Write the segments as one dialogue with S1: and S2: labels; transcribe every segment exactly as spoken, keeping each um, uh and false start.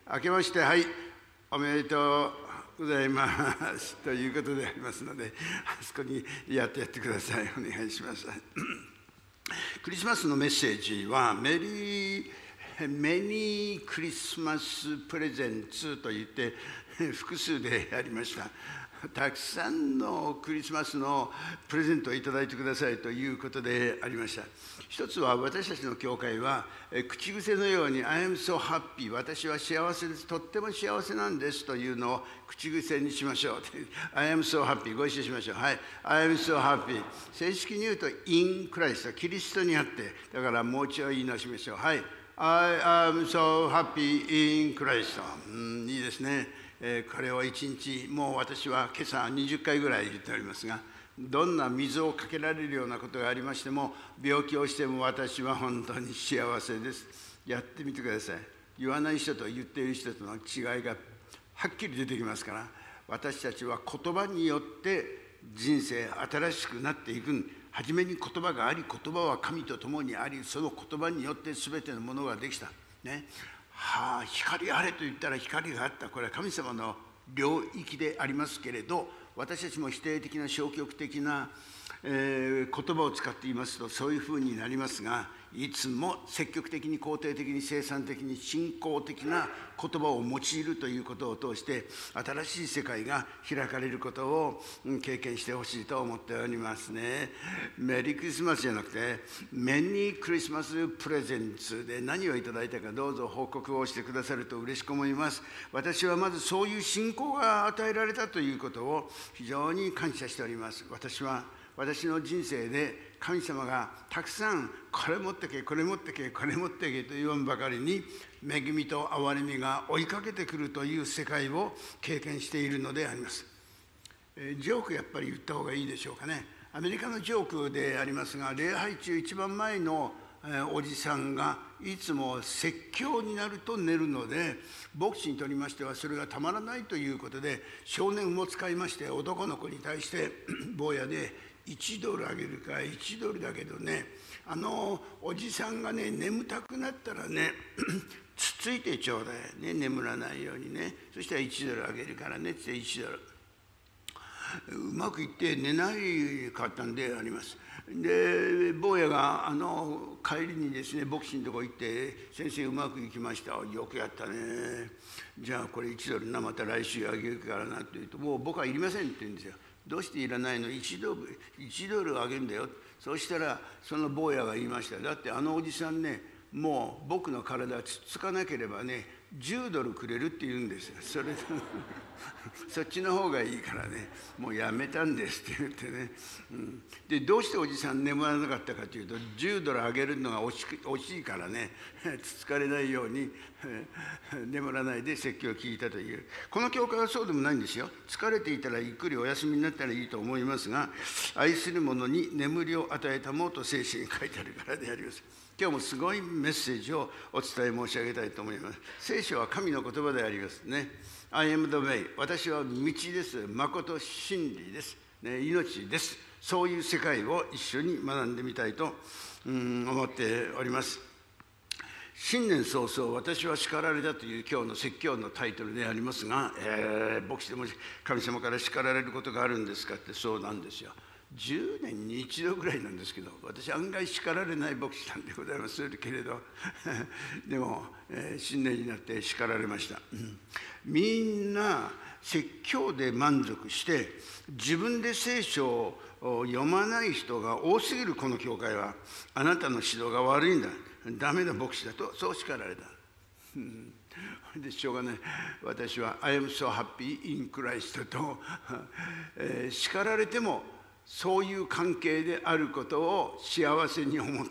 S1: 明けまして、はい、おめでとうございますということでありますので、あそこにやってやってください。お願いします。クリスマスのメッセージは、メリー、メニークリスマスプレゼンツといって、複数でありました。たくさんのクリスマスのプレゼントをいただいてくださいということでありました。一つは、私たちの教会は口癖のように I am so happy、 私は幸せです、とっても幸せなんですというのを口癖にしましょう。I am so happy、 ご一緒しましょう。はい、I am so happy。 正式に言うと in Christ、 キリストにあって、だからもう一度言い直しましょう。はい、I am so happy in Christ。 うん、いいですね。えー、これを一日、もう私は今朝にじゅっかいぐらい言っておりますが、どんな水をかけられるようなことがありましても、病気をしても私は本当に幸せです。やってみてください。言わない人と言っている人との違いがはっきり出てきますから、私たちは言葉によって人生新しくなっていく。初めに言葉があり、言葉は神と共にあり、その言葉によって全てのものができた。ね。はあ、光あれと言ったら光があった。これは神様の領域でありますけれど、私たちも否定的な消極的な、えー、言葉を使っていますとそういうふうになりますが、いつも積極的に肯定的に生産的に信仰的な言葉を用いるということを通して新しい世界が開かれることを経験してほしいと思っておりますね。メリークリスマスじゃなくてメニークリスマスプレゼンツで何をいただいたか、どうぞ報告をしてくださると嬉しく思います。私はまずそういう信仰が与えられたということを非常に感謝しております。私は私の人生で神様がたくさんこれ持ってけこれ持ってけこれ持ってけと言わんばかりに恵みと憐れみが追いかけてくるという世界を経験しているのであります。えー、ジョークやっぱり言った方がいいでしょうかね。アメリカのジョークでありますが、礼拝中一番前のおじさんがいつも説教になると寝るので、牧師にとりましてはそれがたまらないということで少年も使いまして、男の子に対して坊やでいちドルあげるか、いちドルだけどね、あのおじさんがね眠たくなったらねつついてちょうだいね、眠らないようにね。そしたらいちドルあげるからねっていちドル、うまくいって寝ないかったんであります。で坊やがあの帰りにですね牧師のとこ行って「先生うまくいきました、よくやったね、じゃあこれいちドルな、また来週あげるからな」って言うと「もう僕はいりません」って言うんですよ。どうしていらないの、いちドル、いちドルあげるんだよ。そうしたらその坊やが言いました。だってあのおじさんね、もう僕の体つっつかなければねじゅうドルくれるって言うんですよ。それでそっちの方がいいからね、もうやめたんですって言ってね、うん、でどうしておじさん眠らなかったかというと、じゅうドルあげるのが惜し惜しいからね、つつかれないように眠らないで説教を聞いたという。この教会はそうでもないんですよ。疲れていたらゆっくりお休みになったらいいと思いますが、愛する者に眠りを与えたもうと聖書に書いてあるからであります。今日もすごいメッセージをお伝え申し上げたいと思います。聖書は神の言葉でありますね。I am the way、 私は道です、誠真理です、ね、命です。そういう世界を一緒に学んでみたいと、うん、思っております。新年早々、私は叱られたという今日の説教のタイトルでありますが、えー、牧師でも神様から叱られることがあるんですかって、そうなんですよ。じゅうねんに一度ぐらいなんですけど、私案外叱られない牧師なんでございますけれどでも、えー、新年になって叱られました、うん、みんな説教で満足して自分で聖書を読まない人が多すぎる。この教会はあなたの指導が悪いんだ、ダメな牧師だと、そう叱られた、うん、でしょうがない。私は I am so happy in Christ と、えー、叱られてもそういう関係であることを幸せに思って、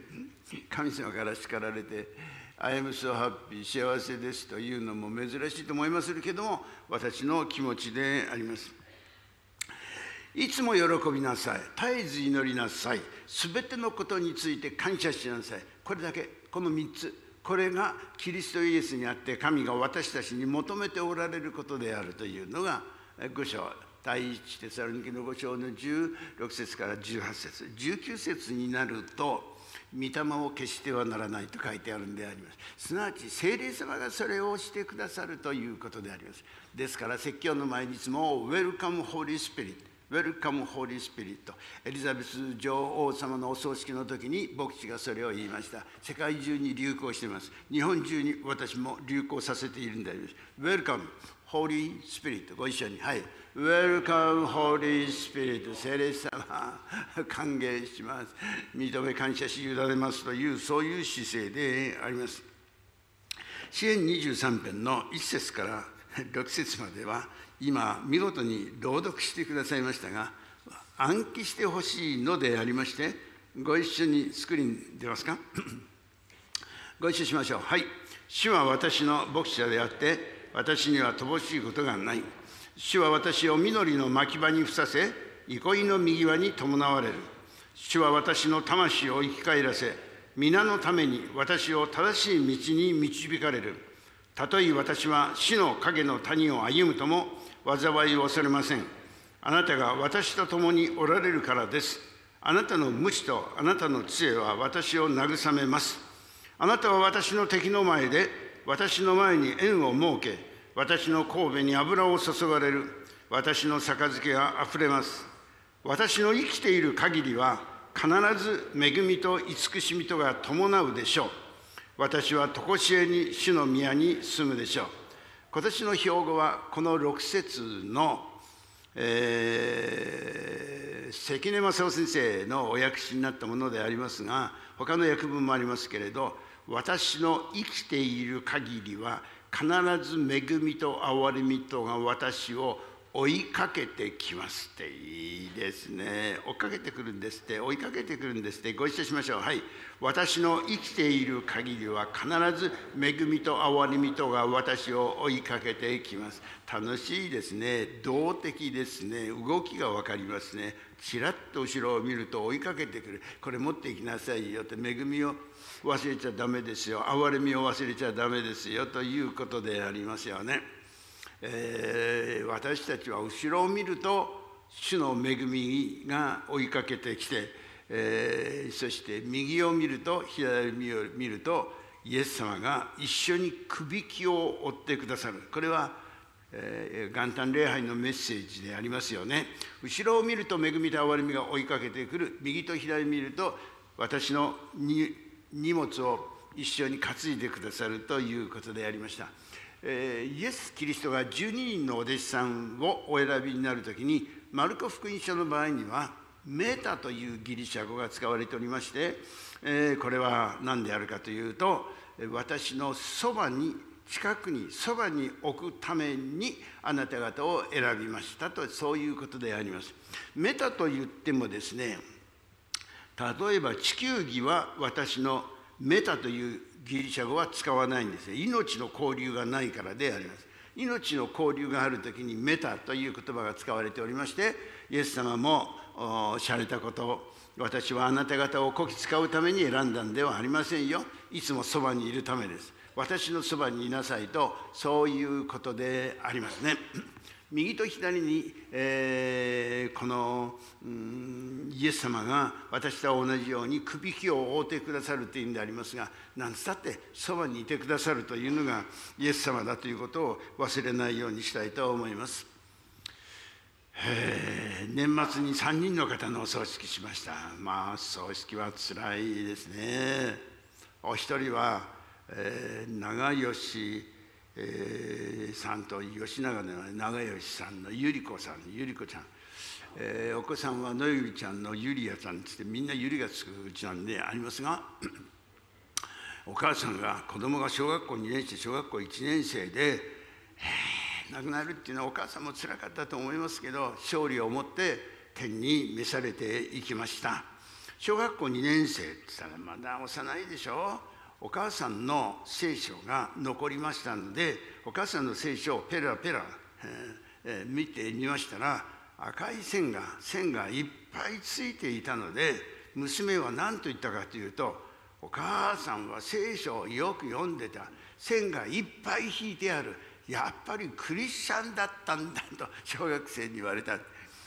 S1: 神様から叱られて I am so happy 幸せですというのも珍しいと思いますけども、私の気持ちであります。いつも喜びなさい、絶えず祈りなさい、すべてのことについて感謝しなさい。これだけ、このみっつ、これがキリストイエスにあって神が私たちに求めておられることであるというのがご章、第一テサロニケのご章のじゅうろく節からじゅうはち節、じゅうきゅう節になると、 御霊を消してはならないと書いてあるんであります。すなわち聖霊様がそれをしてくださるということであります。ですから説教の前にいつもウェルカムホーリースピリット、ウェルカムホーリースピリット、エリザベス女王様のお葬式の時に牧師がそれを言いました。世界中に流行しています。日本中に私も流行させているんであります。ウェルカムホーリースピリット、ご一緒に。はい。ウェルカムホーリースピリット、聖霊様歓迎します、認め感謝し委ねますという、そういう姿勢であります。詩編にじゅうさん編のいち節からろく節までは今見事に朗読してくださいましたが、暗記してほしいのでありまして、ご一緒にスクリーン出ますかご一緒しましょう。はい。主は私の牧者であって、私には乏しいことがない。主は私を緑の牧場にふさせ、憩いの右輪に伴われる。主は私の魂を生き返らせ、皆のために私を正しい道に導かれる。たとえ私は死の影の谷を歩むとも、災いを恐れません。あなたが私と共におられるからです。あなたの鞭とあなたの杖は私を慰めます。あなたは私の敵の前で、私の前に縁を設け、私の頭に油を注がれる。私の杯があふれます。私の生きている限りは、必ず恵みと慈しみとが伴うでしょう。私は常しえに主の宮に住むでしょう。今年の標語は、このろく節の、えー、関根正夫先生のお訳詞になったものでありますが、他の訳文もありますけれど、私の生きている限りは、必ず恵みと憐れみとが私を追いかけてきますって。いいですね。追いかけてくるんですって。追いかけてくるんですって。ご一緒しましょう。はい。私の生きている限りは必ず恵みと憐れみとが私を追いかけてきます。楽しいですね。動的ですね。動きが分かりますね。ちらっと後ろを見ると追いかけてくる。これ持っていきなさいよって、恵みを忘れちゃダメですよ。憐れみを忘れちゃダメですよということでありますよね。えー、私たちは後ろを見ると主の恵みが追いかけてきて、えー、そして右を見ると左を見るとイエス様が一緒にくびきを追ってくださる。これは、えー、元旦礼拝のメッセージでありますよね。後ろを見ると恵みと憐れみが追いかけてくる。右と左を見ると私のに荷物を一緒に担いでくださるということでありました。えー、イエス・キリストがじゅうににんのお弟子さんをお選びになるときに、マルコ福音書の場合にはメタというギリシャ語が使われておりまして、えー、これは何であるかというと、私のそばに近くにそばに置くためにあなた方を選びましたと、そういうことであります。メタと言ってもですね、例えば地球儀は私のメタというギリシャ語は使わないんですよ。命の交流がないからであります。命の交流があるときにメタという言葉が使われておりまして、イエス様もおっしゃられたことを、私はあなた方をこき使うために選んだんではありませんよ。いつもそばにいるためです。私のそばにいなさいと、そういうことでありますね。右と左に、えー、この、うん、イエス様が私と同じようにくびきを覆ってくださるという意味でありますが、何つったってそばにいてくださるというのがイエス様だということを忘れないようにしたいと思います。えー、年末にさんにんの方のお葬式しました。まあ葬式はつらいですね。お一人は、えー、長吉えー、さんと吉永の長吉さんのゆり子さん、ゆり子ちゃん、えー、お子さんはのゆりちゃんのゆりやちゃんつって、みんなゆりがつくうちなんでありますが、お母さんが子供が小学校にねん生、小学校いちねん生で、えー、亡くなるっていうのはお母さんもつらかったと思いますけど、勝利をもって天に召されていきました。小学校にねん生って言ったらまだ幼いでしょ。お母さんの聖書が残りましたので、お母さんの聖書をペラペラ、えーえー、見てみましたら、赤い線が線がいっぱいついていたので、娘は何と言ったかというと、お母さんは聖書をよく読んでた、線がいっぱい引いてある、やっぱりクリスチャンだったんだと小学生に言われた。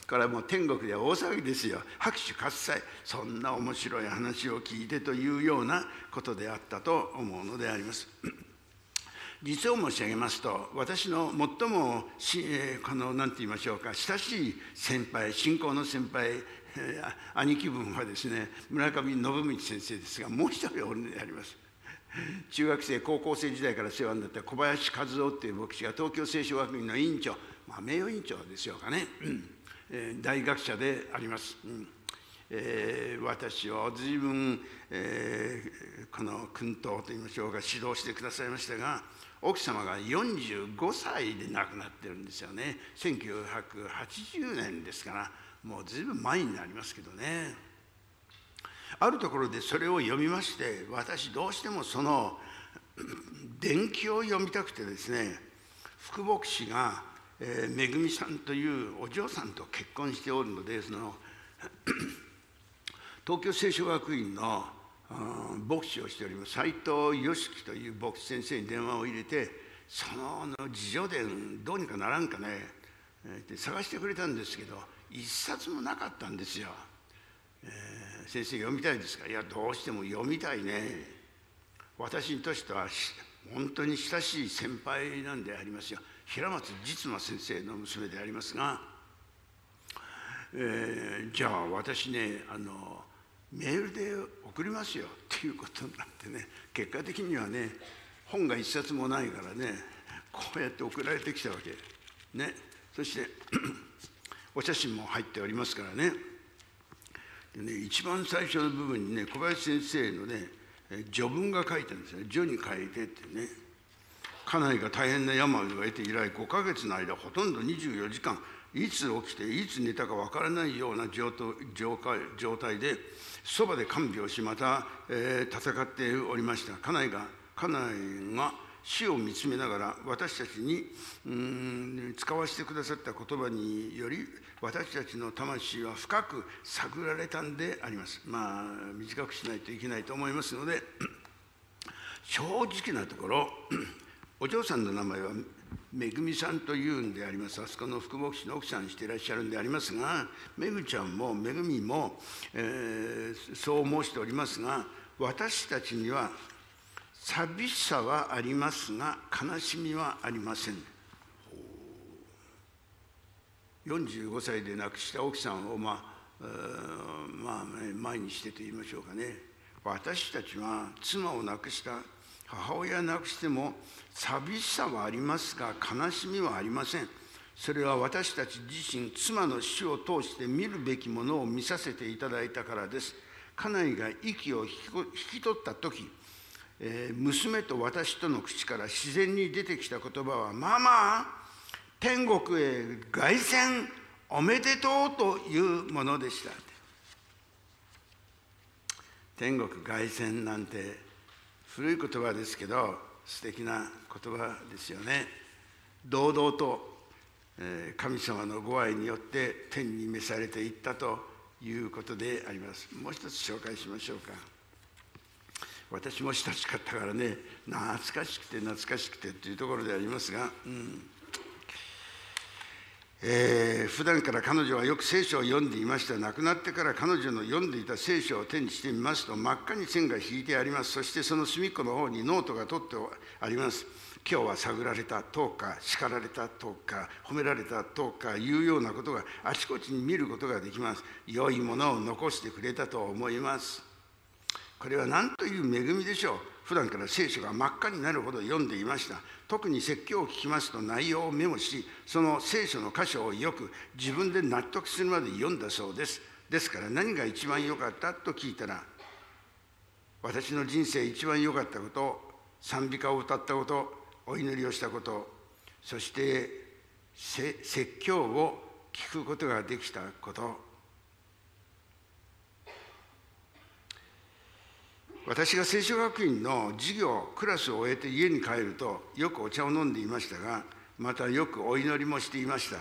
S1: これはもう天国では大騒ぎですよ。拍手喝采、そんな面白い話を聞いてというようなことであったと思うのであります。実を申し上げますと、私の最もし、えー、この何て言いましょうか、親しい先輩、信仰の先輩、えー、兄貴分はですね、村上信道先生ですが、もう一人おるのであります。中学生、高校生時代から世話になった小林和夫という牧師が東京聖書学院の委員長、まあ、名誉委員長でしょうかね、えー、大学者であります。うんえー、私を随分、えー、この薫陶といいましょうか、指導してくださいましたが、奥様がよんじゅうごさいで亡くなってるんですよね。せんきゅうひゃくはちじゅうねんですから、もう随分前になりますけどね。あるところでそれを読みまして、私どうしてもその伝記を読みたくてですね、副牧師が、えー、めぐみさんというお嬢さんと結婚しておるので、その東京聖書学院の牧師をしております斉藤義樹という牧師先生に電話を入れて、その自叙伝どうにかならんかねって探してくれたんですけど、一冊もなかったんですよ。えー、先生読みたいですか？いや、どうしても読みたいね。私にとしては本当に親しい先輩なんでありますよ。平松実馬先生の娘でありますが、えー、じゃあ私ね、あのメールで送りますよっていうことになってね、結果的にはね、本が一冊もないからね、こうやって送られてきたわけね。そしてお写真も入っておりますからね。でね、一番最初の部分にね、小林先生のね序文が書いてあるんですよね。序に書いてってね、家内が大変な病を得て以来ごかげつの間、ほとんどにじゅうよじかんいつ起きていつ寝たかわからないような状態でそばで看病し、また、えー、戦っておりました。家内が家内が死を見つめながら私たちにうーん使わせてくださった言葉により、私たちの魂は深く探られたんであります。まあ短くしないといけないと思いますので正直なところお嬢さんの名前はめぐみさんというんであります。あそこの副牧師の奥さんにしていらっしゃるんでありますが、めぐちゃんもめぐみも、えー、そう申しておりますが、私たちには寂しさはありますが悲しみはありません。よんじゅうごさいで亡くした奥さんを、まあまあ、前にしてと言いましょうかね。私たちは妻を亡くした、母親を亡くしても寂しさはありますが悲しみはありません。それは私たち自身、妻の死を通して見るべきものを見させていただいたからです。家内が息を引き取った時、えー、娘と私との口から自然に出てきた言葉は、ママ、天国へ凱旋おめでとうというものでした。天国凱旋なんて古い言葉ですけど、素敵な言葉ですよね。堂々と、えー、神様のご愛によって天に召されていったということであります。もう一つ紹介しましょうか。私も親しかったからね、懐かしくて懐かしくてというところでありますが、うんえー、普段から彼女はよく聖書を読んでいました。亡くなってから彼女の読んでいた聖書を手にしてみますと、真っ赤に線が引いてあります。そしてその隅っこの方にノートが取ってあります。今日は探られたとか、叱られたとか、褒められたとかいうようなことがあちこちに見ることができます。良いものを残してくれたと思います。これは何という恵みでしょう。普段から聖書が真っ赤になるほど読んでいました。特に説教を聞きますと内容をメモし、その聖書の箇所をよく自分で納得するまで読んだそうです。ですから何が一番良かったと聞いたら、私の人生一番良かったこと、賛美歌を歌ったこと、お祈りをしたこと、そして説教を聞くことができたこと。私が聖書学院の授業、クラスを終えて家に帰ると、よくお茶を飲んでいましたが、またよくお祈りもしていました。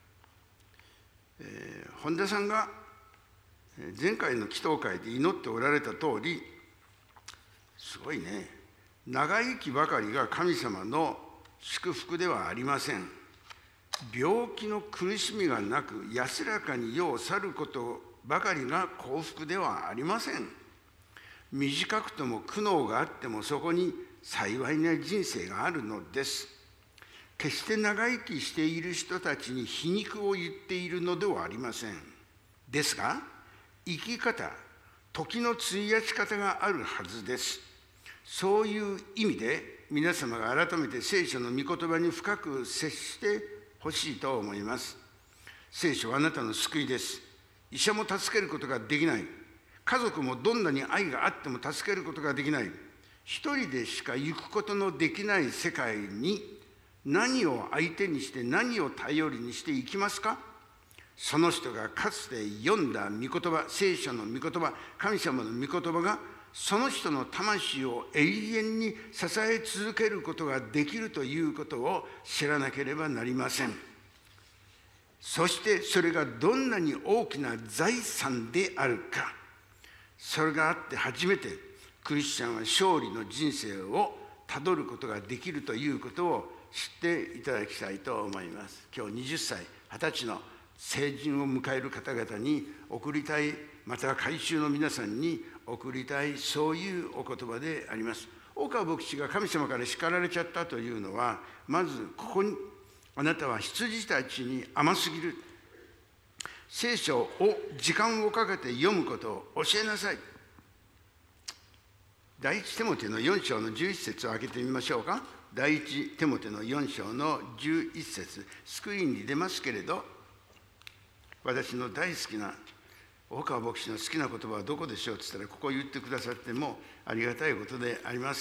S1: えー、本田さんが前回の祈祷会で祈っておられた通り、すごいね、長生きばかりが神様の祝福ではありません。 病気の苦しみがなく安らかに世を去ることばかりが幸福ではありません。短くとも苦悩があってもそこに幸いな人生があるのです。決して長生きしている人たちに皮肉を言っているのではありません。ですが、生き方、時の費やし方があるはずです。そういう意味で皆様が改めて聖書の御言葉に深く接してほしいと思います。聖書はあなたの救いです。医者も助けることができない。家族もどんなに愛があっても助けることができない。一人でしか行くことのできない世界に何を相手にして何を頼りにしていきますか？その人がかつて読んだ御言葉、聖書の御言葉、神様の御言葉がその人の魂を永遠に支え続けることができるということを知らなければなりません。そしてそれがどんなに大きな財産であるか、それがあって初めてクリスチャンは勝利の人生をたどることができるということを知っていただきたいと思います。今日にじゅっさい、はたちの成人を迎える方々に送りたい、また改宗の皆さんに送りたい、そういうお言葉であります。大川牧師が神様から叱られちゃったというのは、まずここに、あなたは羊たちに甘すぎる。聖書を時間をかけて読むことを教えなさい。第一テモテのよん章のじゅういち節を開けてみましょうか。第一テモテのよん章のじゅういち節、スクリーンに出ますけれど、私の大好きな大川牧師の好きな言葉はどこでしょうって言ったら、ここを言ってくださってもありがたいことであります。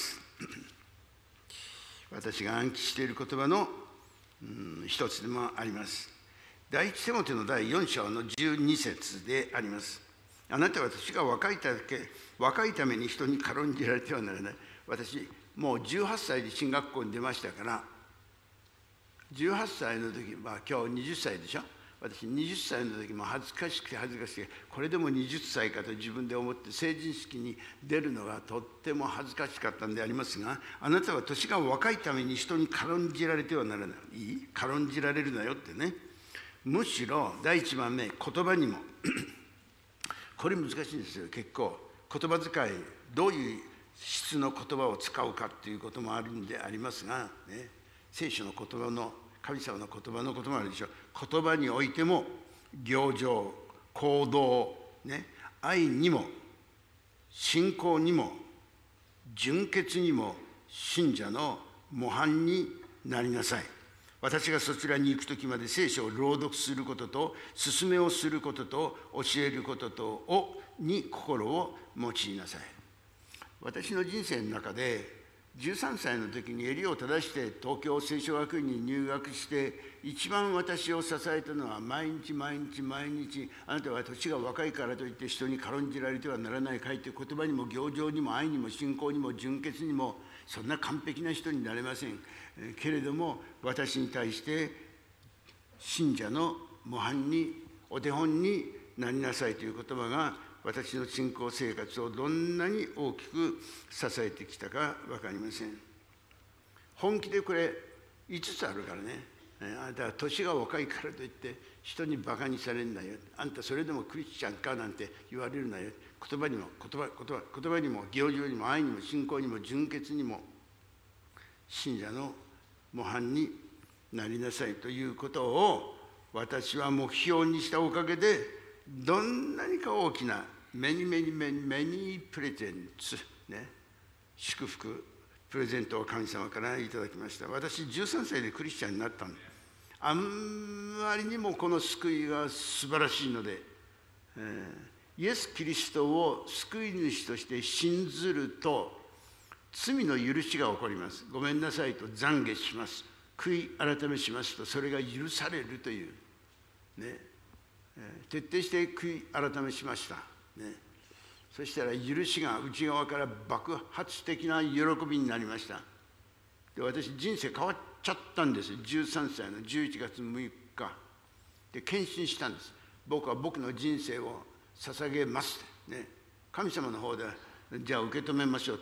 S1: 私が暗記している言葉の、うん、一つでもあります。第一テモテの第よん章のじゅうに節であります。あなたは私が若いだけ若いために人に軽んじられてはならない。私もうじゅうはっさいで進学校に出ましたから、じゅうはっさいの時、まあ今日にじゅっさいでしょ。私にじゅっさいの時も恥ずかしくて恥ずかしくて、これでもはたちかと自分で思って成人式に出るのがとっても恥ずかしかったんでありますが、あなたは年が若いために人に軽んじられてはならない。いい？軽んじられるなよってね。むしろ第一番目、言葉にもこれ難しいんですよ。結構言葉遣い、どういう質の言葉を使うかっていうこともあるんでありますが、ね、聖書の言葉の神様の言葉のこともあるでしょう。言葉においても行情、行動、ね、愛にも信仰にも純潔にも信者の模範になりなさい。私がそちらに行くときまで聖書を朗読することと勧めをすることと教えることとをに心を用いなさい。私の人生の中でじゅうさんさいの時に襟を正して東京聖書学院に入学して、一番私を支えたのは毎日毎日毎日、あなたは年が若いからといって人に軽んじられてはならないかいという言葉にも行情にも愛にも信仰にも純潔にもそんな完璧な人になれませんけれども、私に対して信者の模範にお手本になりなさいという言葉が私の信仰生活をどんなに大きく支えてきたか分かりません。本気でこれいつつあるからね。あなたは年が若いからといって人にバカにされるなよ。あんたそれでもクリスチャンかなんて言われるなよ。言葉にも言葉言葉言葉にも行情にも愛にも信仰にも純潔にも信者の模範になりなさいということを私は目標にしたおかげで、どんなにか大きなメニメニメニメニプレゼンツ、ね、祝福プレゼントを神様からいただきました。私じゅうさんさいでクリスチャンになったんで、あんまりにもこの救いが素晴らしいので、えー、イエス・キリストを救い主として信ずると罪の許しが起こります。ごめんなさいと懺悔します。悔い改めしますとそれが許されるというね、徹底して悔い改めしました、ね、そしたら許しが内側から爆発的な喜びになりました。で、私人生変わっちゃったんです。じゅうさんさいのじゅういちがつむいかで献身したんです。僕は僕の人生を捧げますって、ね、神様の方でじゃあ受け止めましょうって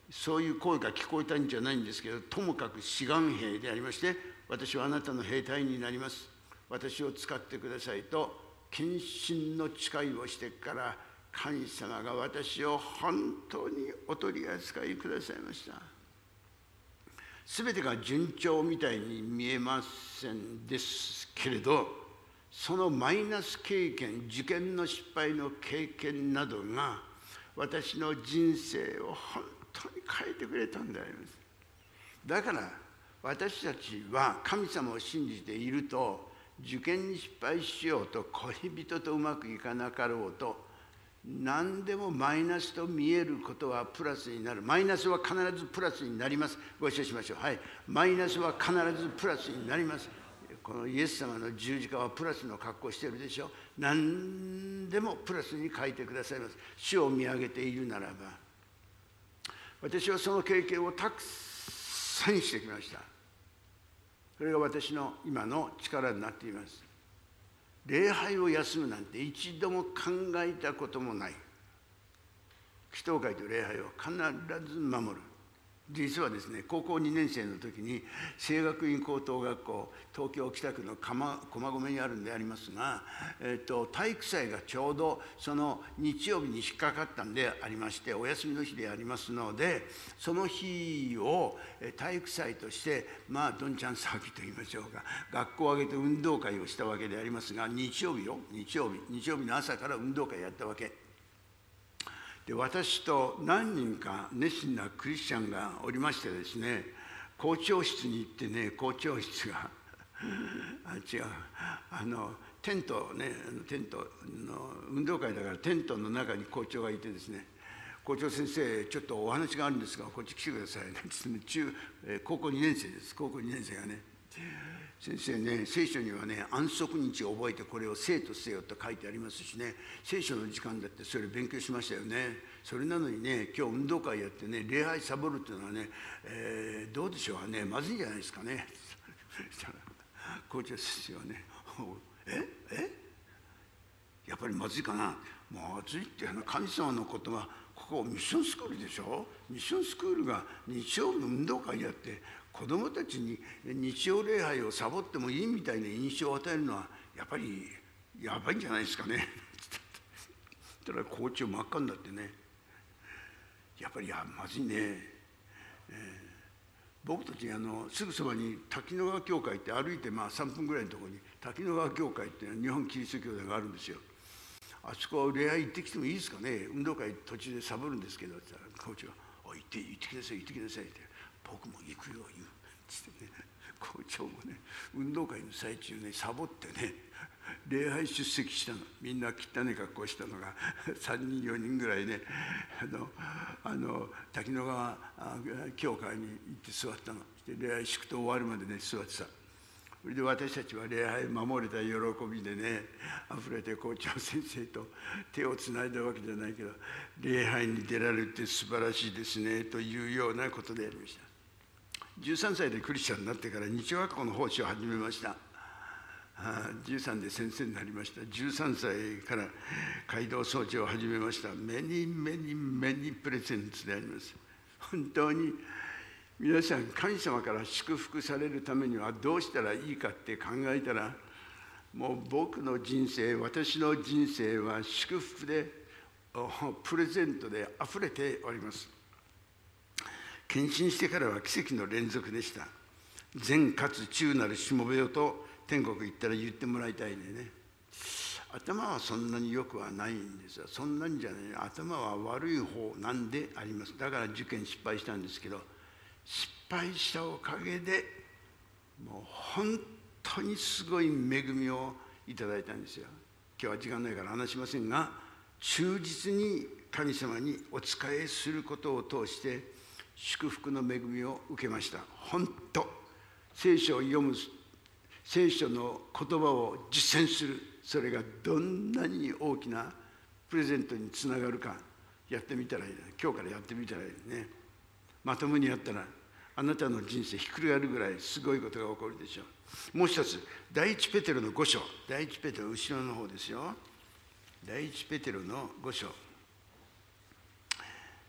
S1: そういう声が聞こえたんじゃないんですけど、ともかく志願兵でありまして、私はあなたの兵隊になります、私を使ってくださいと献身の誓いをしてから、神様が私を本当にお取り扱いくださいました。すべてが順調みたいに見えませんですけれど、そのマイナス経験、受験の失敗の経験などが私の人生を本当に変えてくれたんであります。だから私たちは神様を信じていると、受験に失敗しようと、恋人とうまくいかなかろうと、何でもマイナスと見えることはプラスになる。マイナスは必ずプラスになります。ご一緒しましょう。はい。マイナスは必ずプラスになります。このイエス様の十字架はプラスの格好をしているでしょ。何でもプラスに書いてくださいます。主を見上げているならば。私はその経験をたくさんしてきました。それが私の今の力になっています。礼拝を休むなんて一度も考えたこともない。祈祷会と礼拝を必ず守る。実はですね、高校にねん生の時に聖学院高等学校、東京北区の駒込にあるんでありますが、えー、と体育祭がちょうどその日曜日に引っかかったんでありまして、お休みの日でありますので、その日を体育祭としてまあどんちゃん騒ぎと言いましょうか、学校を挙げて運動会をしたわけでありますが、日曜日よ日曜日日曜日の朝から運動会やったわけで、私と何人か熱心なクリスチャンがおりましてですね、校長室に行ってね、校長室があ違うあのテントね、テントの運動会だからテントの中に校長がいてですね、校長先生ちょっとお話があるんですがこっち来てくださいなんて、ね、中高校にねん生です。高校にねん生がね、先生ね、聖書にはね、安息日を覚えてこれを生とせよと書いてありますしね、聖書の時間だってそれ勉強しましたよね。それなのにね、今日運動会やってね、礼拝サボるっていうのはね、えー、どうでしょうね、まずいんじゃないですかね。校長先生はね、ええやっぱりまずいかな。まずいって神様のことは、ここミッションスクールでしょ。ミッションスクールが日曜の運動会やって子どもたちに日曜礼拝をサボってもいいみたいな印象を与えるのはやっぱりやばいんじゃないですかね。たら校長真っ赤になってね、やっぱりやまずいね、えー、僕たちあのすぐそばに滝野川教会って歩いてまあさんぷんぐらいのところに滝野川教会っていうのは日本キリスト教団があるんですよ。あそこ礼拝行ってきてもいいですかね。運動会途中でサボるんですけどって言ったら校長が「行って行ってきなさい行ってきなさい」って「僕も行くよ」言うってね、校長もね運動会の最中ねサボってね礼拝出席したの。みんな汚い格好したのがさんにんよにんぐらいね、あのあの滝野川教会に行って座ったの。で礼拝祝祷終わるまでね座ってた。それで私たちは礼拝守れた喜びでねあふれて、校長先生と手をつないだわけじゃないけど、礼拝に出られるって素晴らしいですねというようなことでありました。じゅうさんさいでクリスチャンになってから日曜学校の奉仕を始めました。じゅうさんで先生になりました。じゅうさんさいから街道掃除を始めました。メニメニメニプレゼンツであります。本当に皆さん、神様から祝福されるためにはどうしたらいいかって考えたら、もう僕の人生、私の人生は祝福でプレゼントであふれております。献身してからは奇跡の連続でした。善かつ忠なるしもべよと天国行ったら言ってもらいたいでね。頭はそんなによくはないんですが、そんなんじゃない、頭は悪い方なんであります。だから受験失敗したんですけど、失敗したおかげでもう本当にすごい恵みをいただいたんですよ。今日は時間ないから話しませんが、忠実に神様にお仕えすることを通して祝福の恵みを受けました。本当、聖書を読む、聖書の言葉を実践する、それがどんなに大きなプレゼントにつながるか、やってみたらいい。今日からやってみたらいいね。まともにやったらあなたの人生ひっくり返るぐらいすごいことが起こるでしょう。もう一つ、第一ペテロのご章、第一ペテロ後ろの方ですよ。第一ペテロのご章、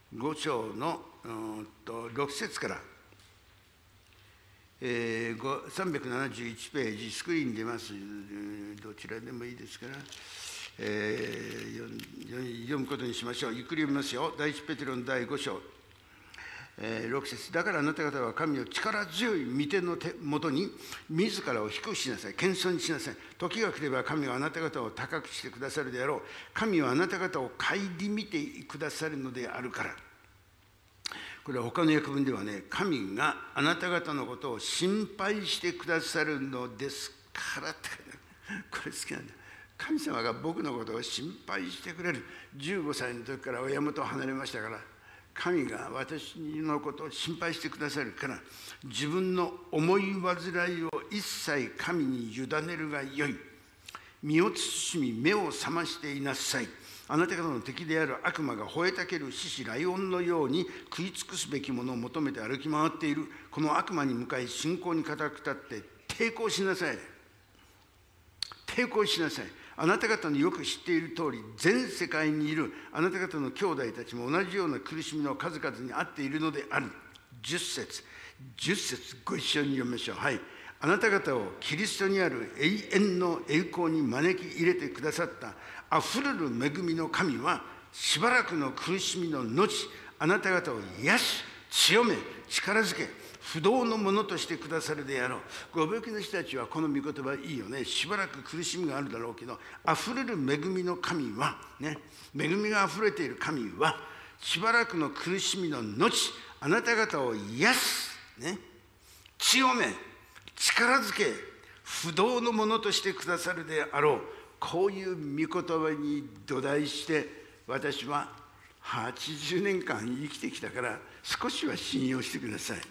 S1: ご章のうんとろく節から、えー、さんびゃくななじゅういちページ、スクリーンに出ます、どちらでもいいですから、えー、読むことにしましょう。ゆっくり読みますよ。第一ペテロのだいご章、えー、ろく節。だからあなた方は神を力強い御手の手元に自らを低くしなさい。謙遜にしなさい。時が来れば神はあなた方を高くしてくださるであろう。神はあなた方を顧みてくださるのであるから。これは他の訳文ではね、神があなた方のことを心配してくださるのですからって書いてある。これ好きなんだ。神様が僕のことを心配してくれる。じゅうごさいの時から親元を離れましたから、神が私のことを心配してくださるから、自分の思い煩いを一切神に委ねるがよい。身を慎み目を覚ましていなさい。あなた方の敵である悪魔が吠えたける獅子ライオンのように食い尽くすべきものを求めて歩き回っている。この悪魔に向かい信仰に固く立って抵抗しなさい。抵抗しなさい。あなた方のよく知っている通り、全世界にいるあなた方の兄弟たちも同じような苦しみの数々にあっているのである。じゅっ節、じゅっ節ご一緒に読みましょう。はい。あなた方をキリストにある永遠の栄光に招き入れてくださったあふれる恵みの神は、しばらくの苦しみの後、あなた方を癒し、強め、力づけ、不動のものとしてくださるであろう。ご病気の人たちはこの御言葉いいよね。しばらく苦しみがあるだろうけど、あふれる恵みの神は、ね、恵みがあふれている神は、しばらくの苦しみの後、あなた方を癒す、ね、強め、力づけ、不動のものとしてくださるであろう。こういう御言葉に土台して、私ははちじゅうねんかん生きてきたから、少しは信用してください。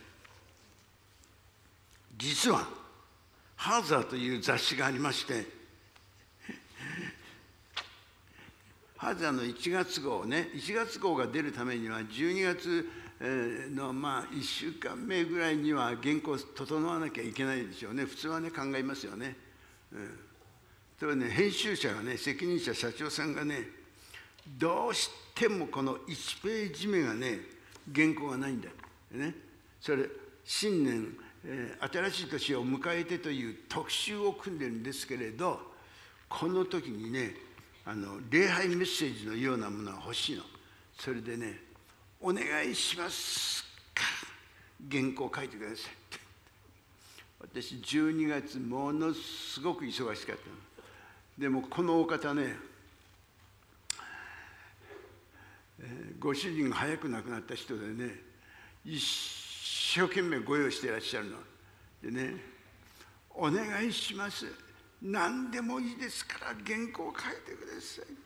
S1: 実はハーザーという雑誌がありまして、ハーザーのいちがつ号ね、いちがつ号が出るためにはじゅうにがつのまあいっしゅうかんめぐらいには原稿整わなきゃいけないでしょうね。普通はね、考えますよね。うん、それね、編集者がね、責任者社長さんがね、どうしてもこのいちページ目がね、原稿がないんだね。それ新年新しい年を迎えてという特集を組んでるんですけれど、この時にね、あの礼拝メッセージのようなものが欲しいの。それでね、お願いしますか、原稿書いてくださいって。私じゅうにがつものすごく忙しかったの。でもこのお方ね、ご主人が早く亡くなった人でね、一生懸命ご用意していらっしゃるのでね、お願いします、何でもいいですから原稿を書いてください。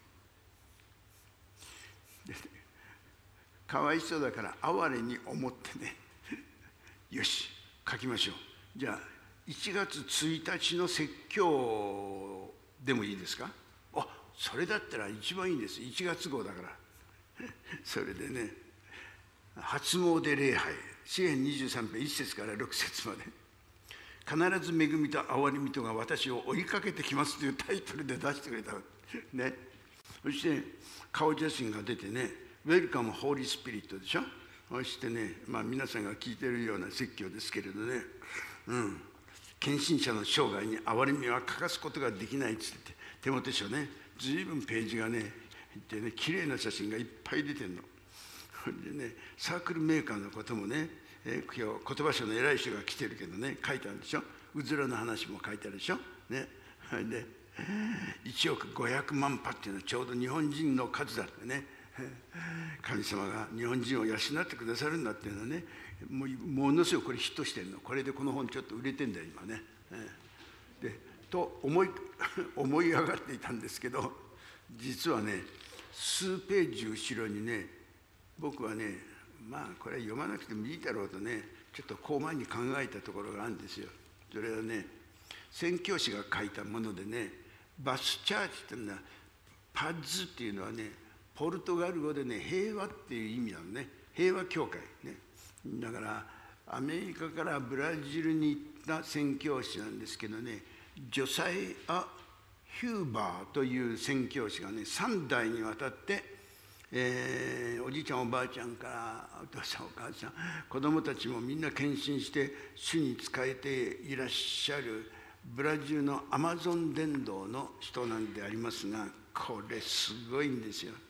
S1: でね、かわいそうだから哀れに思ってね、よし書きましょう。じゃあいちがつついたちの説教でもいいですか。あ、それだったら一番いいです。いちがつ号だから。それでね、初詣礼拝、詩編にじゅうさんぺんいっ節からろく節まで、必ず恵みと憐れみとが私を追いかけてきますというタイトルで出してくれたね。そして顔写真が出てね、ウェルカムホーリースピリットでしょ。そしてね、まあ皆さんが聞いてるような説教ですけれどね、うん、献身者の生涯に憐れみは欠かすことができないっつって、手元書ね、ずいぶんページがねいってね、綺麗な写真がいっぱい出てるの。でね、サークルメーカーのこともね、え今日言葉書の偉い人が来てるけどね、書いてあるでしょ。うずらの話も書いてあるでしょ。ね、でいちおくごひゃくまんぱっていうのはちょうど日本人の数だってね、神様が日本人を養ってくださるんだっていうのはね、もうものすごくこれヒットしてるの。これでこの本ちょっと売れてんだよ今ね。でと思い思い上がっていたんですけど、実はね、数ページ後ろにね、僕はね、まあこれは読まなくてもいいだろうとね、ちょっとこう前に考えたところがあるんですよ。それはね、宣教師が書いたものでね、バスチャーチっていうのは、パッズっていうのはね、ポルトガル語でね、平和っていう意味なのね。平和教会ね。だからアメリカからブラジルに行った宣教師なんですけどね、ジョサイア・ヒューバーという宣教師がね、さんだいにわたってえー、おじいちゃんおばあちゃんからお父さんお母さん、子どもたちもみんな献身して主に仕えていらっしゃるブラジルのアマゾン伝道の人なんでありますが、これすごいんですよ。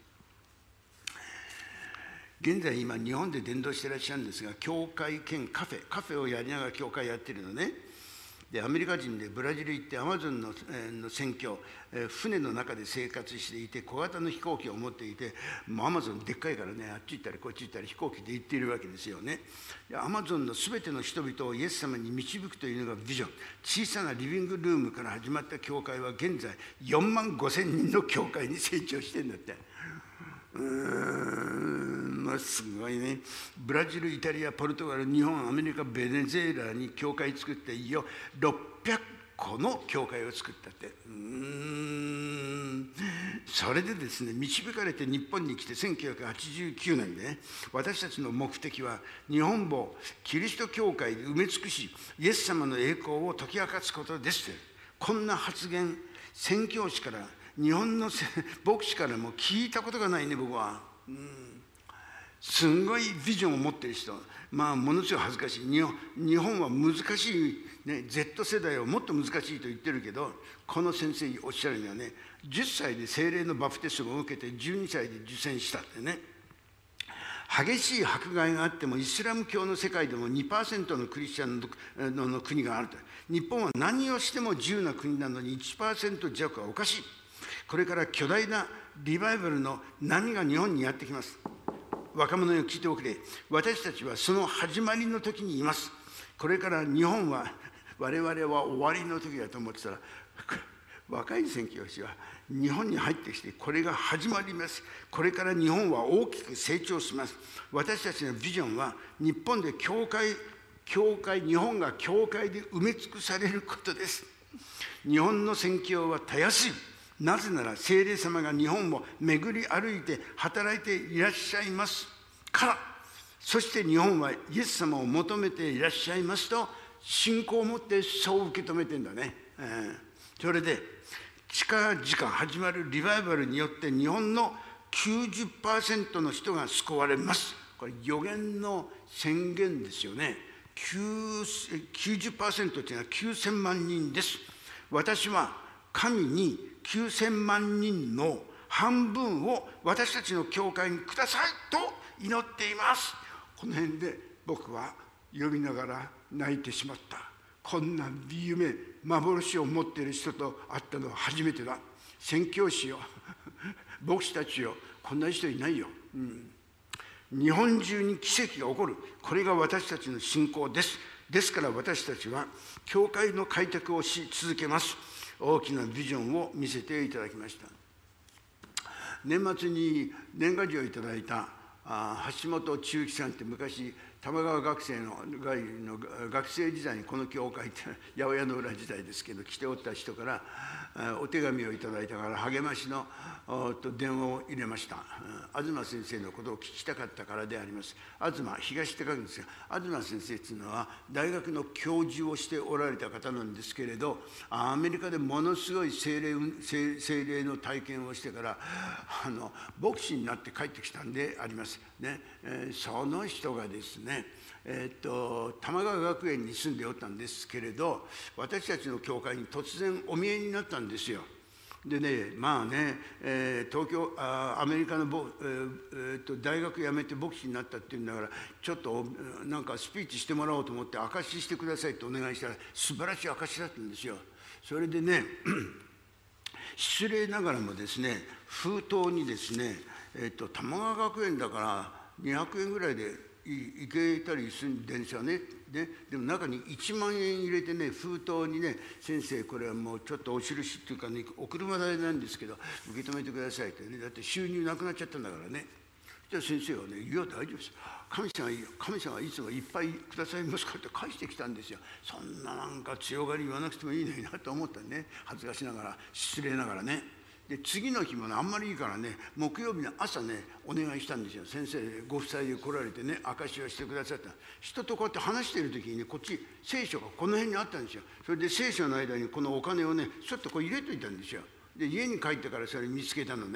S1: 現在今日本で伝道していらっしゃるんですが、教会兼カフェカフェをやりながら教会やってるのね。でアメリカ人でブラジル行ってアマゾンの、えー、の宣教、えー、船の中で生活していて、小型の飛行機を持っていて、もうアマゾンでっかいからね、あっち行ったりこっち行ったり飛行機で行っているわけですよね。でアマゾンのすべての人々をイエス様に導くというのがビジョン。小さなリビングルームから始まった教会は現在よんまんごせんにんの教会に成長してるんだって。うーん、まあ、すごいね。ブラジル、イタリア、ポルトガル、日本、アメリカ、ベネズエラに教会作って、いよろっぴゃっこの教会を作ったって。うーん、それでですね、導かれて日本に来てせんきゅうひゃくはちじゅうきゅうねんでね、私たちの目的は日本をキリスト教会で埋め尽くし、イエス様の栄光を解き明かすことですって。こんな発言、宣教師から日本の牧師からも聞いたことがないね、僕は。うん、すんごいビジョンを持ってる人、まあものすごい恥ずかしい。日本、日本は難しい、ね、Z 世代はもっと難しいと言ってるけど、この先生おっしゃるにはね、じゅっさいで聖霊のバプテスマを受けてじゅうにさいで受洗したってね。激しい迫害があってもイスラム教の世界でも にパーセント のクリスチャン の, の国があると。日本は何をしても自由な国なのに いちパーセント 弱はおかしい。これから巨大なリバイバルの波が日本にやってきます。若者に聞いておくれ。私たちはその始まりの時にいます。これから日本は、我々は終わりの時だと思ってたら、若い宣教師は日本に入ってきて、これが始まります。これから日本は大きく成長します。私たちのビジョンは、日本で教会、教会、日本が教会で埋め尽くされることです。日本の宣教はたやすい。なぜなら聖霊様が日本を巡り歩いて働いていらっしゃいますから。そして日本はイエス様を求めていらっしゃいますと信仰を持ってそう受け止めてんだね、えー、それで近々始まるリバイバルによって日本の きゅうじゅっパーセント の人が救われます。これ予言の宣言ですよね。きゅうじゅっパーセント というのはきゅうせんまんにんです。私は神にきゅうせんまんにんの半分を私たちの教会にくださいと祈っています。この辺で僕は読みながら泣いてしまった。こんな夢、幻を持っている人と会ったのは初めてだ。宣教師よ、牧師たちよ、こんな人いないよ、うん、日本中に奇跡が起こる。これが私たちの信仰です。ですから私たちは教会の開拓をし続けます。大きなビジョンを見せていただきました。年末に年賀状をいただいたあ橋本千幸さんって、昔玉川学生 の, の学生時代にこの教会って八百屋の裏時代ですけど来ておった人からお手紙をいただいたから励ましのと電話を入れました。東先生のことを聞きたかったからであります。東、東って書くんですが、東先生というのは大学の教授をしておられた方なんですけれど、アメリカでものすごい聖霊、聖霊の体験をしてからあの牧師になって帰ってきたんでありますね。えー、その人がですね、えー、っと玉川学園に住んでおったんですけれど、私たちの教会に突然お見えになったんですよ。でね、まあね、えー、東京あアメリカのぼ、えーえー、と大学辞めて牧師になったっていうんだから、ちょっとなんかスピーチしてもらおうと思って証ししてくださいとお願いしたら、素晴らしい証しだったんですよ。それでね失礼ながらもですね、封筒にですね、えー、と玉川学園だからにひゃくえんぐらいで行けたりするんですよね。で, でも中にいちまんえん入れてね、封筒にね、先生これはもうちょっとお印っていうかね、お車代なんですけど受け止めてくださいってね。だって収入なくなっちゃったんだからね。じゃあ先生はね、いや大丈夫です、神様神様はいつもいっぱいくださいますかって返してきたんですよ。そんななんか強がり言わなくてもいいのになと思ったね。恥ずかしながら、失礼ながらね。で次の日もね、あんまりいいからね、木曜日の朝ねお願いしたんですよ。先生ご夫妻で来られてね、証しをしてくださった。人とこうやって話している時にね、こっち聖書がこの辺にあったんですよ。それで聖書の間にこのお金をねちょっとこう入れといたんですよ。で家に帰ってからそれ見つけたのね。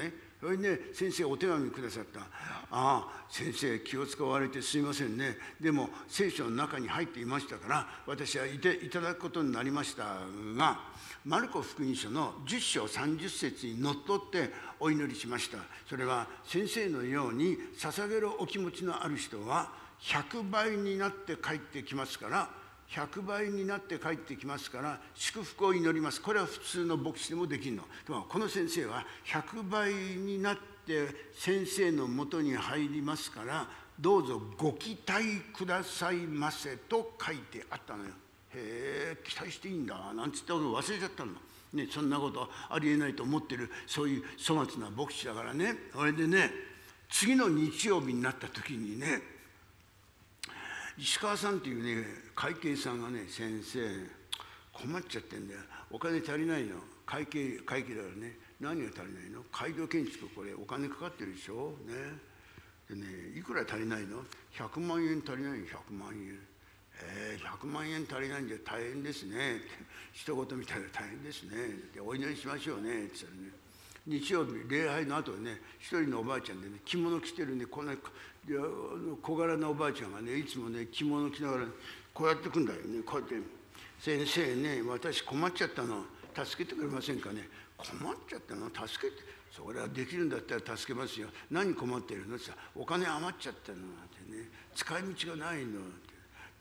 S1: それで、ね、先生お手紙くださった。ああ、先生気を使われてすいませんね。でも聖書の中に入っていましたから私はいていただくことになりましたが、マルコ福音書のじゅっ章さんじゅっ節にのっとってお祈りしました。それは先生のように捧げるお気持ちのある人はひゃくばいになって帰ってきますからひゃくばいになって帰ってきますから祝福を祈ります。これは普通の牧師でもできるの。でもこの先生はひゃくばいになって先生のもとに入りますからどうぞご期待くださいませと書いてあったのよ。へえ、期待していいんだなんつったことを忘れちゃったの、ね、そんなことありえないと思ってるそういう粗末な牧師だからね。それでね、次の日曜日になった時にね、石川さんっていうね会計さんがね、先生困っちゃってんだよ、お金足りないの。会計会計だからね、何が足りないの、街道建築これお金かかってるでしょね。でね、いくら足りないの、ひゃくまんえん足りないよ、ひゃくまんえん。えー、ひゃくまんえん足りないんじゃ大変ですねって一言みたいな、大変ですねってお祈りしましょうねって言ったらね、日曜日礼拝の後にね、一人のおばあちゃんでね、着物着てるね、こんな小柄なおばあちゃんがね、いつもね着物着ながらこうやってくんだよね。こうやって「先生ね、私困っちゃったの、助けてくれませんかね」。困っちゃったの、助けて、それはできるんだったら助けますよ。何困ってるのって言ったら、お金余っちゃったのってね、使い道がないのって、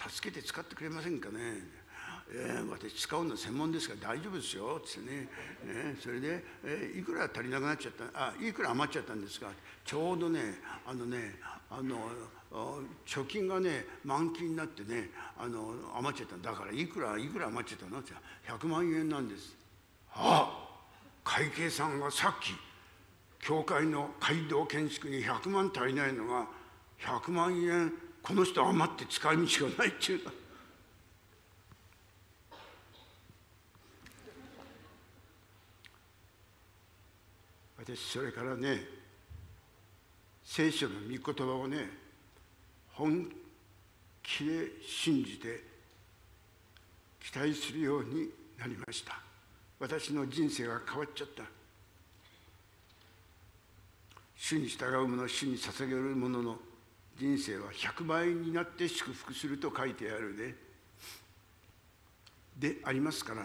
S1: 助けて使ってくれませんかね。えー、私使うの専門ですから大丈夫ですよってね、えー、それで、えー、いくら足りなくなっちゃった、あ、いくら余っちゃったんですか。ちょうどね、あのね、あの貯金がね満期になってね、あの余っちゃった。だからいくらいくら余っちゃったのって言ったらひゃくまんえんなんです。ああ、会計さんがさっき教会の街道建築にひゃくまん足りないのがひゃくまんえんこの人余って使い道がないっていうの。私それからね、聖書の御言葉をね本気で信じて期待するようになりました。私の人生が変わっちゃった。主に従う者、主に捧げる者の人生はひゃくばいになって祝福すると書いてあるねでありますから、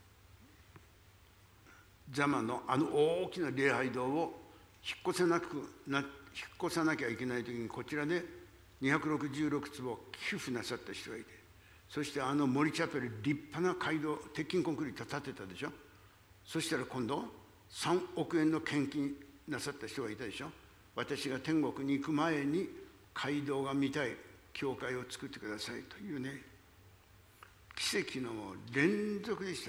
S1: 座間のあの大きな礼拝堂を引っ越せなくな引っ越さなきゃいけない時にこちらでにひゃくろくじゅうろくつぼ寄付なさった人がいて、そしてあの森チャペル立派な街道、鉄筋コンクリート建てたでしょ。そしたら今度さんおくえんの献金なさった人がいたでしょ。私が天国に行く前に街道が見たい、教会を作ってくださいというね、奇跡の連続でした。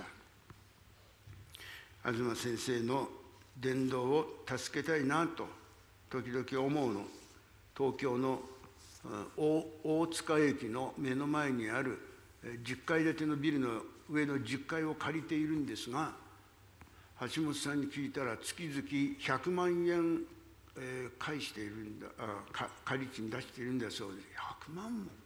S1: 東先生の伝道を助けたいなと時々思うの。東京の 大, 大塚駅の目の前にあるじゅっかい建てのビルの上のじゅっかいを借りているんですが、橋本さんに聞いたら月々ひゃくまんえん、えー、返しているんだ、あか借り賃出しているんだそうです。ひゃくまんも。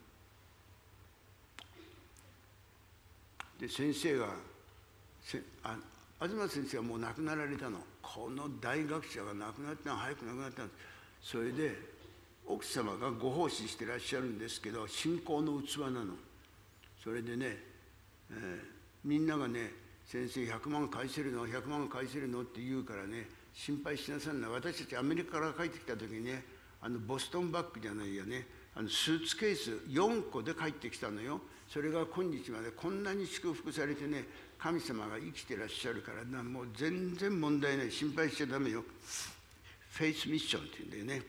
S1: で先生がせあ東先生はもう亡くなられたの。この大学者が亡くなったの、早く亡くなったの。それで奥様がご奉仕してらっしゃるんですけど、信仰の器なの。それでね、えー、みんながね、先生ひゃくまん返せるのひゃくまん返せるのって言うからね、心配しなさんな。私たちアメリカから帰ってきた時にね、あのボストンバッグじゃないよね、あのスーツケースよんこで帰ってきたのよ。それが今日までこんなに祝福されてね、神様が生きてらっしゃるからな、もう全然問題ない、心配しちゃダメよ。フェイスミッションっていうんだよね。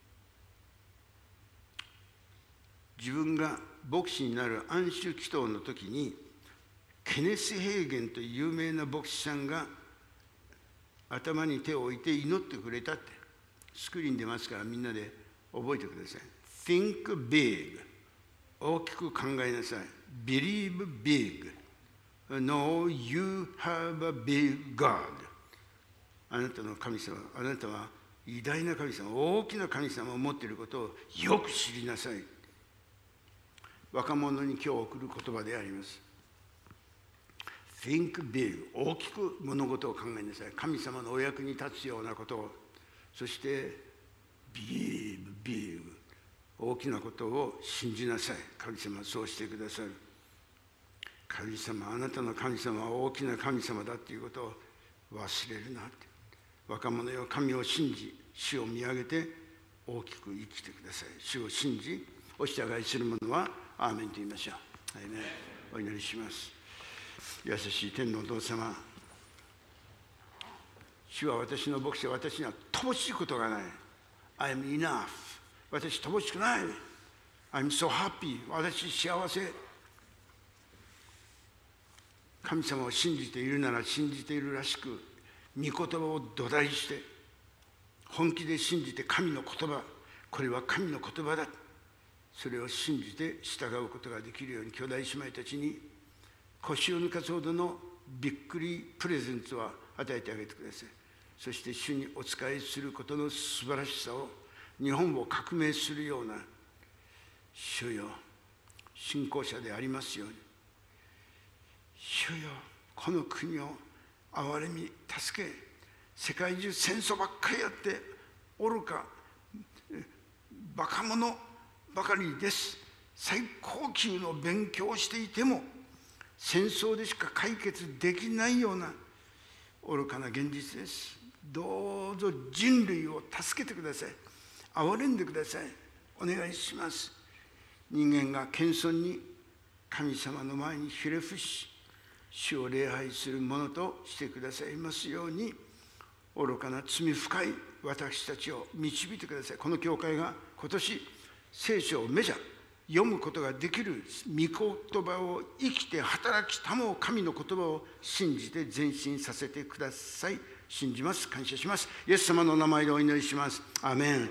S1: 自分が牧師になる安守祈祷の時にケネス・ヘーゲンという有名な牧師さんが頭に手を置いて祈ってくれたって、スクリーン出ますからみんなで覚えてください。 Think big、 大きく考えなさい。 Believe big、 No, you have a big God。 あなたの神様、あなたは偉大な神様、大きな神様を持っていることをよく知りなさい。若者に今日送る言葉であります。 Think big、 大きく物事を考えなさい。神様のお役に立つようなことを、 そしてビーブビーブ、大きなことを信じなさい。神様はそうしてくださる。神様、あなたの神様は大きな神様だということを忘れるなって。若者よ、神を信じ、主を見上げて大きく生きてください。主を信じ、お従いする者はアーメンと言いましょう。はいね、お祈りします。優しい天のお父様、主は私の牧者、私には乏しいことがない。I am enough。私乏しくない。I'm so happy。私幸せ。神様を信じているなら信じているらしく、御言葉を土台して、本気で信じて神の言葉、これは神の言葉だ。それを信じて従うことができるように、兄弟姉妹たちに腰を抜かすほどのびっくりプレゼンツを与えてあげてください。そして主にお仕えすることの素晴らしさを、日本を革命するような主よ、信仰者でありますように。主よ、この国を憐れみ助け、世界中戦争ばっかりやって愚かバカ者ばかりです。最高級の勉強をしていても戦争でしか解決できないような愚かな現実です。どうぞ人類を助けてください。憐れんでください。お願いします。人間が謙遜に神様の前にひれ伏し、主を礼拝するものとしてくださいますように、愚かな罪深い私たちを導いてください。この教会が今年聖書をメジャー読むことができる御言葉を生きて働きたもう神の言葉を信じて前進させてください。信じます。感謝します。イエス様の名前でお祈りします。アーメン。